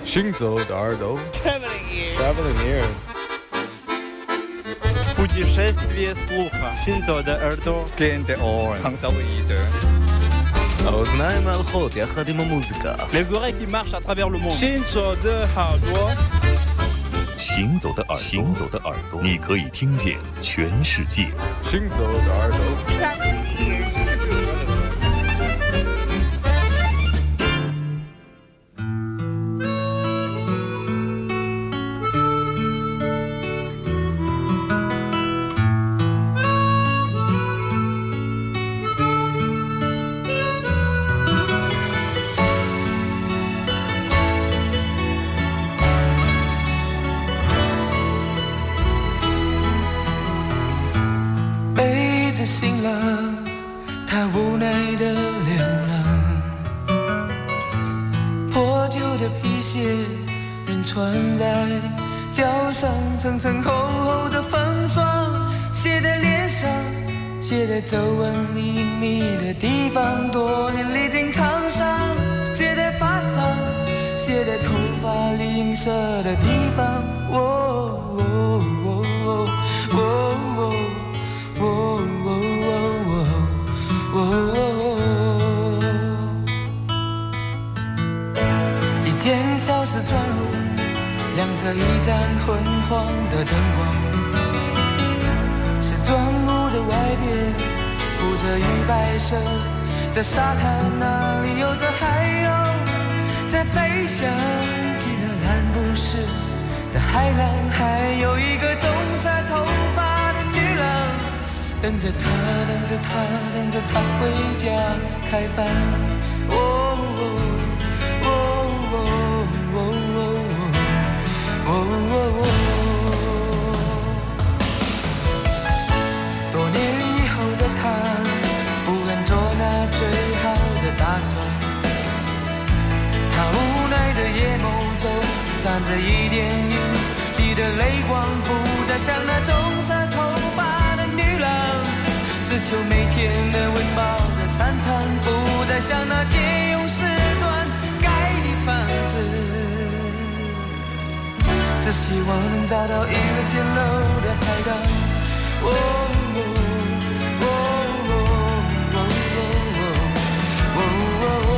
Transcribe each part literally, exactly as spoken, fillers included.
行走的耳朵 Traveling ears. Traveling ears Путешествие слуха. Синзо de耳朵 Gente on 항상 이들 האוזניים הלכות יחד עם המוזיקה. Les oreilles qui marchent à travers le monde. Shinzo de 耳朵行走的耳朵，行走的耳朵，你可以听见全世界。 行走的耳朵 Traveling ears. 背着行囊，他无奈的流浪，破旧的皮鞋仍穿在脚上，层层厚厚的风霜写在脸上，写在皱纹隐秘的地方，多年历经沧桑，写在发上，写在头发零舍的地方。哦哦哦哦哦哦哦哦哦哦，一间小四川路，亮着一盏昏黄的灯光。是砖屋的外边，铺着玉白色的沙滩，那里有着海鸥在飞翔，进了蓝布市的海浪，还有一个中山头发的女郎。等着他，等着他，等着他回家开饭。哦哦哦哦哦哦哦哦！多年以后的他，不敢做那最好的打算。他无奈的夜梦中，闪着一点雨滴的泪光，不再像那中山头发的女郎，只求每天能温饱的三餐，不再像那借用石砖盖的房子，只希望能找到一个简陋的海港。哦哦哦哦哦哦哦哦！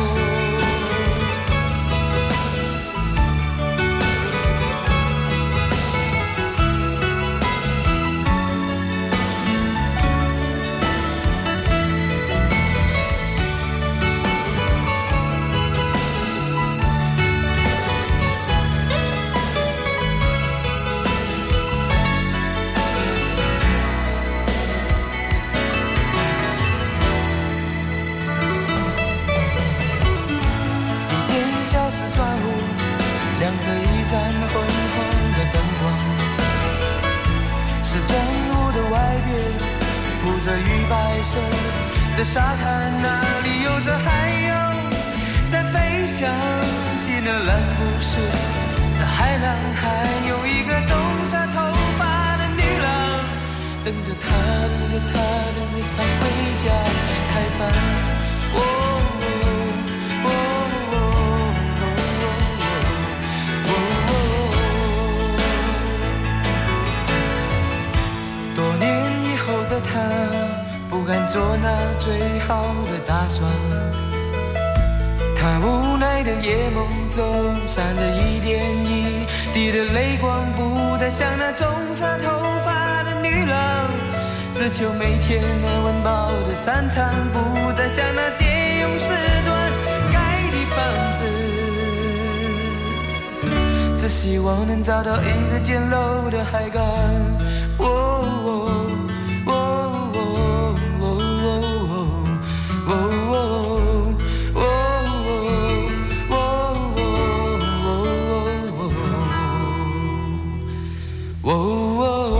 亮着一盏昏黄的灯光，是砖屋的外边，铺着玉白色的沙滩，那里有着海鸥在飞翔，进了蓝布市的海浪，还有一个中山头发的女郎，等着他，等着他，等着他回家开饭。哦哦哦多年以后的他，不敢做那最好的打算。他无奈的夜梦中，闪着一点一滴的泪光，不再像那中山头发的女郎，只求每天能温饱的三餐，不再像那借用石砖盖的房子，只希望能找到一个简陋的海港。哦哦哦哦哦哦哦哦哦！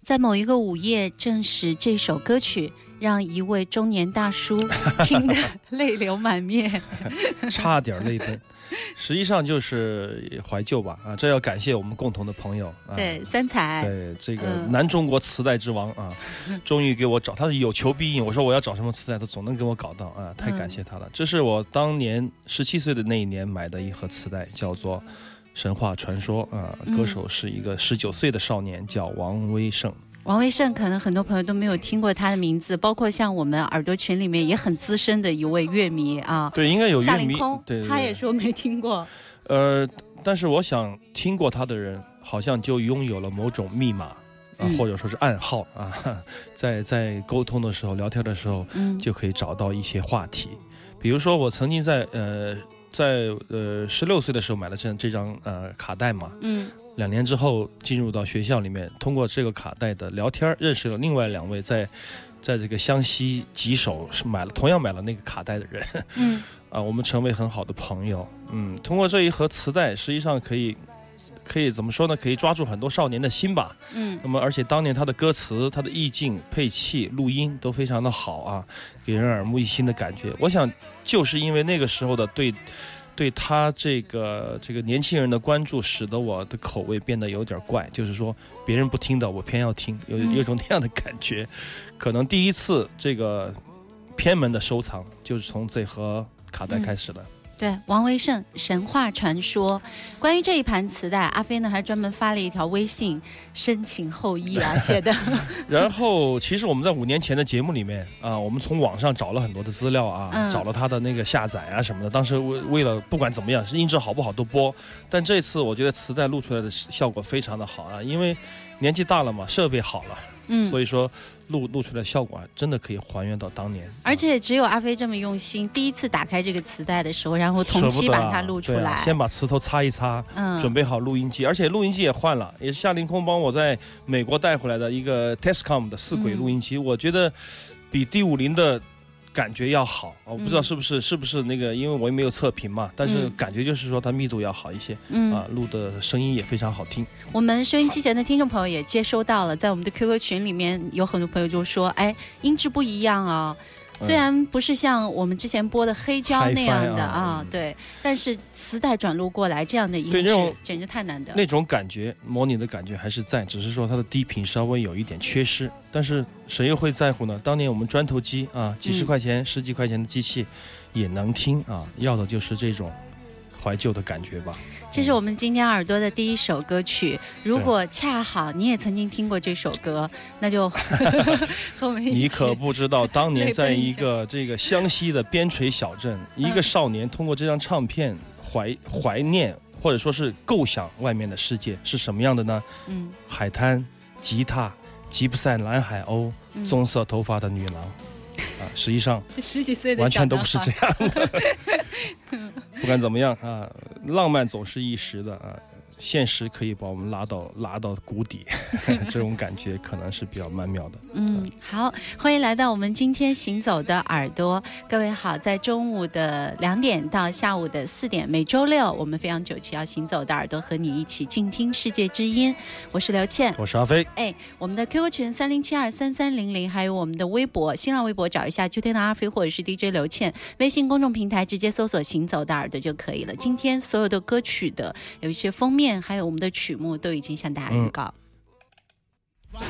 在某一个午夜，正是这首歌曲让一位中年大叔听得泪流满面， 差点泪奔。实际上就是怀旧吧啊，这要感谢我们共同的朋友啊， 对三彩， 对这个南中国磁带之王啊，嗯、终于给我找，他是有求必应。我说我要找什么磁带，他总能给我搞到啊，太感谢他了。嗯、这是我当年十七岁的那一年买的一盒磁带，叫做《神话传说》啊，歌手是一个十九岁的少年，叫王威胜。 王威胜可能很多朋友都没有听过他的名字，包括像我们耳朵群里面也很资深的一位乐迷啊， 对，应该有乐迷， 夏凌空， 对，对，对， 他也说没听过。 呃，但是我想听过他的人，好像就拥有了某种密码啊，嗯、或者说是暗号啊，在在沟通的时候、聊天的时候，嗯，就可以找到一些话题。比如说，我曾经在呃在呃十六岁的时候买了这这张呃卡带嘛，嗯。两年之后进入到学校里面，通过这个卡带的聊天认识了另外两位在在这个湘西吉首是买了同样买了那个卡带的人，嗯，啊，我们成为很好的朋友，嗯，通过这一盒磁带，实际上可以可以怎么说呢？可以抓住很多少年的心吧，嗯，那么而且当年他的歌词、他的意境、配器、录音都非常的好啊，给人耳目一新的感觉。我想就是因为那个时候的对。对他这个这个年轻人的关注，使得我的口味变得有点怪，就是说别人不听的，我偏要听，有有一种那样的感觉。可能第一次这个偏门的收藏，就是从这盒卡带开始的。嗯对，王威胜神话传说。关于这一盘磁带，阿飞呢还专门发了一条微信，深情厚谊啊写的。 然后，其实我们在五年前的节目里面啊，我们从网上找了很多的资料啊，嗯、找了他的那个下载啊什么的。当时为为了不管怎么样，是音质好不好都播。但这次我觉得磁带录出来的效果非常的好啊，因为年纪大了嘛，设备好了，嗯，所以说。录录出来的效果啊，真的可以还原到当年。 而且只有阿飞这么用心，第一次打开这个磁带的时候，然后同期把它录出来， 啊啊、先把磁头擦一擦，嗯，准备好录音机，而且录音机也换了，也是夏凌空帮我在美国带回来的一个 Tascam 的四轨录音机，嗯、我觉得比 D 五十 的感觉要好，我不知道是不是、嗯、是不是那个，因为我也没有测评嘛，但是感觉就是说它密度要好一些，嗯啊，录的声音也非常好听。 我们收音机前的听众朋友也接收到了，在我们的 Q Q 群里面有很多朋友就说，哎，音质不一样啊。虽然不是像我们之前播的黑胶那样的 啊, 啊，对，但是磁带转录过来这样的音质简直太难得。 那种感觉，模拟的感觉还是在，只是说它的低频稍微有一点缺失。但是谁又会在乎呢？当年我们砖头机啊，几十块钱、嗯、十几块钱的机器也能听啊，要的就是这种怀旧的感觉吧。 这是我们今天耳朵的第一首歌曲，如果恰好你也曾经听过这首歌，那就和我们一起。 你可不知道，当年在一个这个湘西的边陲小镇，一个少年通过这张唱片怀怀念或者说是构想外面的世界是什么样的呢？嗯，海滩、吉他、吉普赛蓝海鸥、棕色头发的女郎。啊，实际上十几岁的完全都不是这样的。不管怎么样啊，浪漫总是一时的啊，现实可以把我们拉到拉到谷底，这种感觉可能是比较曼妙的。 嗯，好，欢迎来到我们今天行走的耳朵，各位好，在中午的两点到下午的四点，每周六我们非常九期要行走的耳朵和你一起静听世界之音。我是刘倩， 我是阿飞。 哎，我们的 Q Q 群三零七二三三零零，还有我们的微博、新浪微博找一下秋天的阿飞或者是 D J 刘倩，微信公众平台直接搜索行走的耳朵就可以了。今天所有的歌曲的有一些封面还有我们的曲目都已经向大家预告、嗯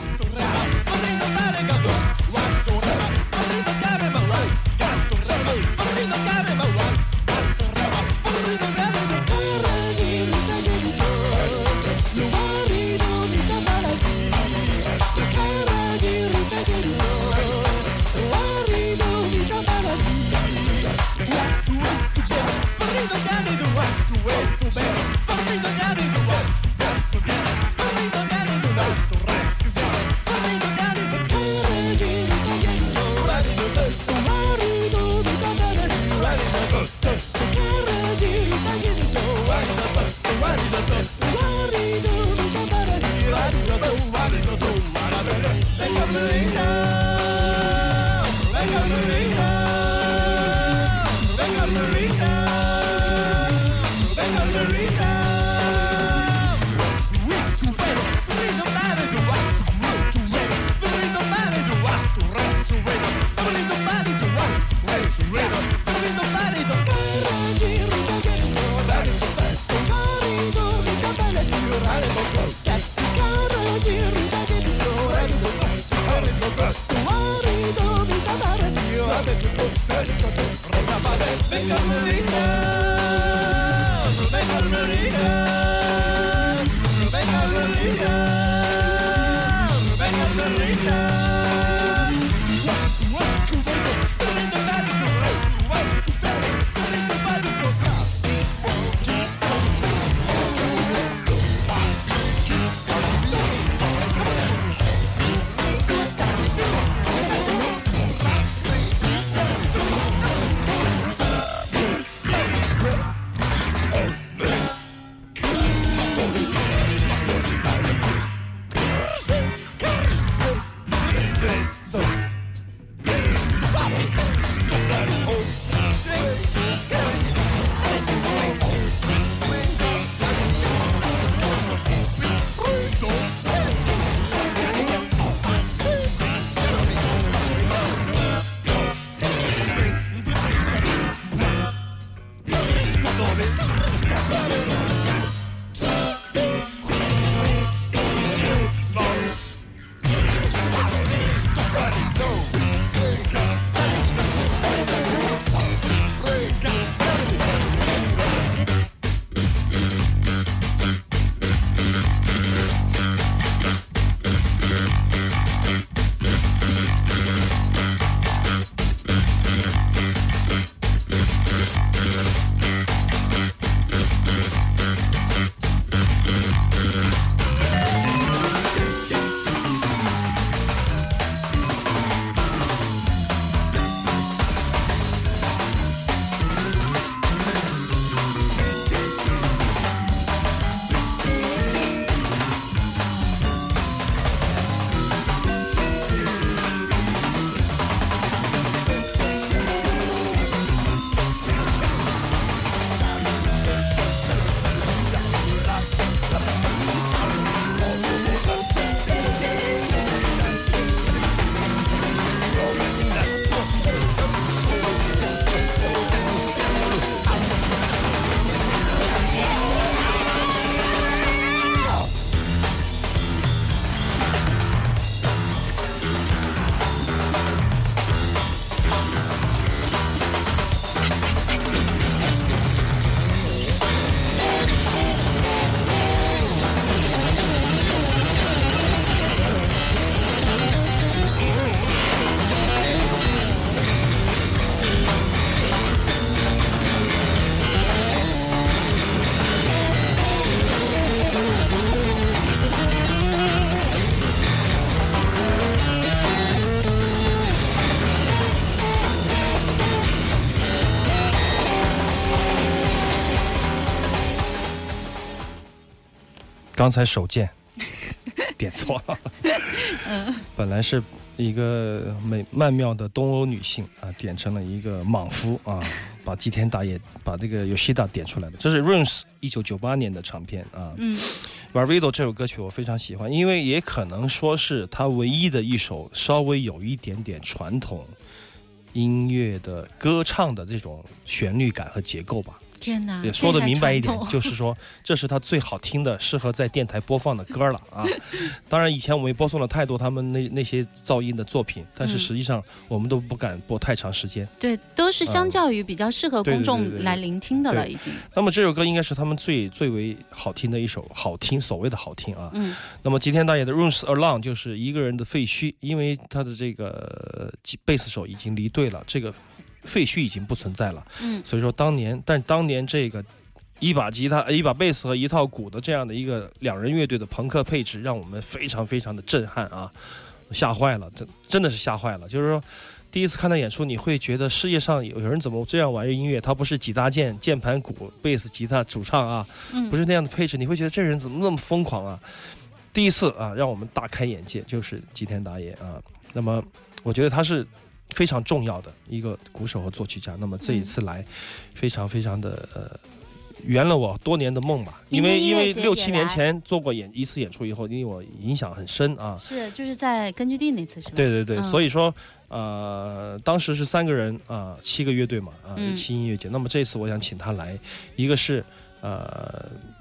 刚才手贱点错了，嗯，本来是一个美曼妙的东欧女性啊，点成了一个莽夫啊，把吉田打野把这个Yoshida点出来的。这是 Runes 一九九八年的唱片啊，嗯 Varvido 这首歌曲我非常喜欢，因为也可能说是他唯一的一首稍微有一点点传统音乐的歌唱的这种旋律感和结构吧。 天哪， 也说的明白一点，就是说这是他最好听的适合在电台播放的歌了啊。当然以前我们也播送了太多他们那那些噪音的作品，但是实际上我们都不敢播太长时间， 对，都是相较于比较适合公众来聆听的了已经。 那么这首歌应该是他们最最为好听的一首，好听所谓的好听啊。嗯，那么吉田打野的 Runes Alone 就是一个人的废墟，因为他的这个贝斯手已经离队了，这个废墟已经不存在了，嗯，所以说当年，但当年这个一把吉他、一把贝斯和一套鼓的这样的一个两人乐队的朋克配置，让我们非常非常的震撼啊，吓坏了，真真的是吓坏了。就是说，第一次看他演出，你会觉得世界上有人怎么这样玩音乐？他不是几大件、键盘、鼓、贝斯、吉他、主唱啊，不是那样的配置，你会觉得这人怎么那么疯狂啊？第一次啊，让我们大开眼界，就是吉田打野啊。那么，我觉得他是非常重要的一个鼓手和作曲家。那么这一次来，非常非常的呃，圆了我多年的梦吧。因为因为六七年前做过演一次演出以后，因为我影响很深啊。 是，就是在根据地那次是吧？ 对对对，嗯、所以说呃，当时是三个人啊、呃，七个乐队嘛啊，新音乐节。嗯、那么这次我想请他来，一个是呃。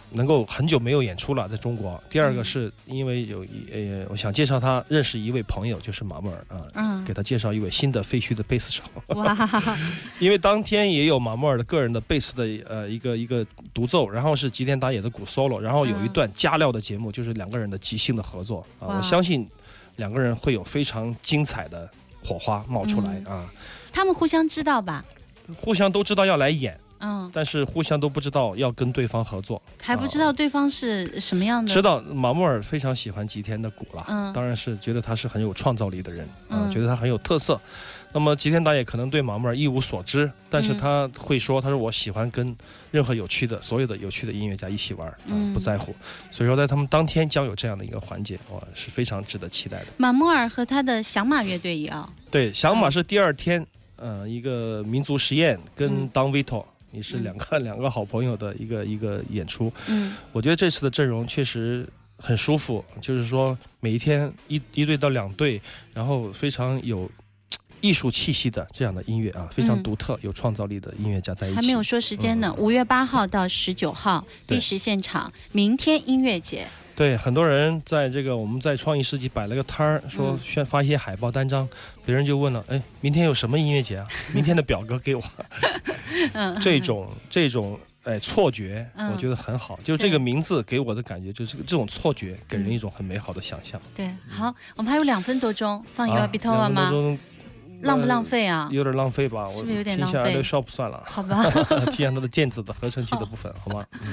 能够很久没有演出了，在中国。第二个是因为有呃，我想介绍他认识一位朋友，就是马木尔啊，嗯，给他介绍一位新的废墟的贝斯手。哇！因为当天也有马木尔的个人的贝斯的呃一个一个独奏，然后是吉田打野的鼓 solo， 然后有一段加料的节目，就是两个人的即兴的合作啊。我相信两个人会有非常精彩的火花冒出来啊。嗯， 他们互相知道吧？ 互相都知道要来演。 嗯， 但是互相都不知道要跟对方合作， 还不知道对方是什么样的。 知道马木尔非常喜欢吉田的鼓了，嗯，当然是觉得他是很有创造力的人，啊、嗯，觉得他很有特色。那么吉田打野可能对马木尔一无所知，但是他会说，他说我喜欢跟任何有趣的、所有的有趣的音乐家一起玩，嗯，不在乎。所以说，在他们当天将有这样的一个环节，哇，是非常值得期待的。 马木尔和他的响马乐队一样， 对，响马是第二天，呃，一个民族实验跟 Don Vito。你是两个、嗯、两个好朋友的一个一个演出，嗯，我觉得这次的阵容确实很舒服，就是说每一天一一队到两队，然后非常有艺术气息的这样的音乐啊，非常独特、嗯、有创造力的音乐家在一起。 还没有说时间呢，五、嗯、月八号到十九号第十现场，明天音乐节。 对，很多人在这个我们在创意世纪摆了个摊儿，说宣发一些海报单张，嗯、别人就问了，哎，明天有什么音乐节啊？明天的表格给我。嗯、这种这种哎错觉，我觉得很好。嗯、就这个名字给我的感觉，就是这种错觉给人一种很美好的想象。 对，好，我们还有两分多钟，放一万比托瓦吗？浪不浪费啊？ 有点浪费吧， 是不是有点浪费？ 听下来 shop 算了， 好吧。 听下它的键子的合成器的部分，好吗？嗯。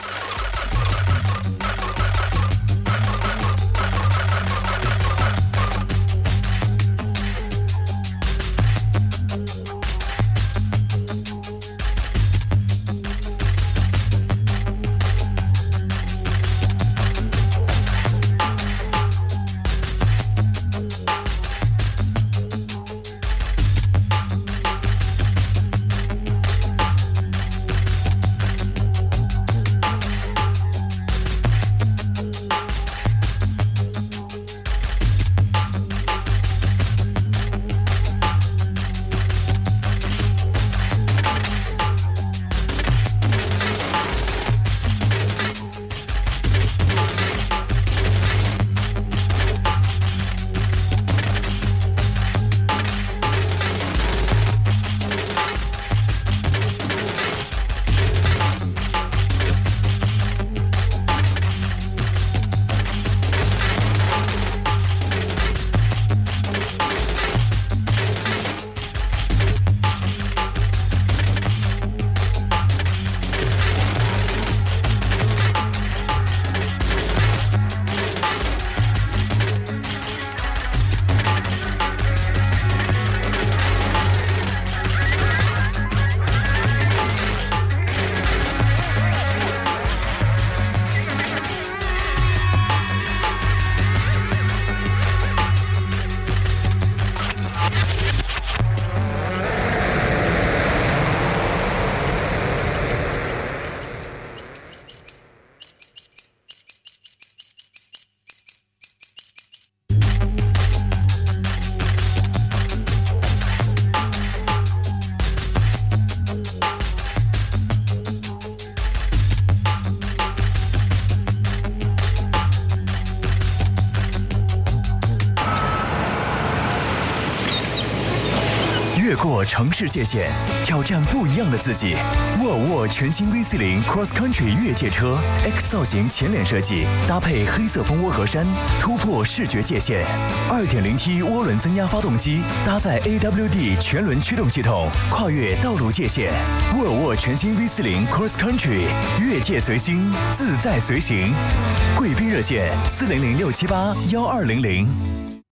越过城市界限，挑战不一样的自己。沃尔沃全新 V 四零 Cross Country 越界车 X 造型前脸设计，搭配黑色蜂窝格栅，突破视觉界限。二点零 T 涡轮增压发动机搭载 A W D 全轮驱动系统，跨越道路界限。沃尔沃全新 V 四零 Cross Country 越界随心，自在随行。贵宾热线四零零六七八幺二零零。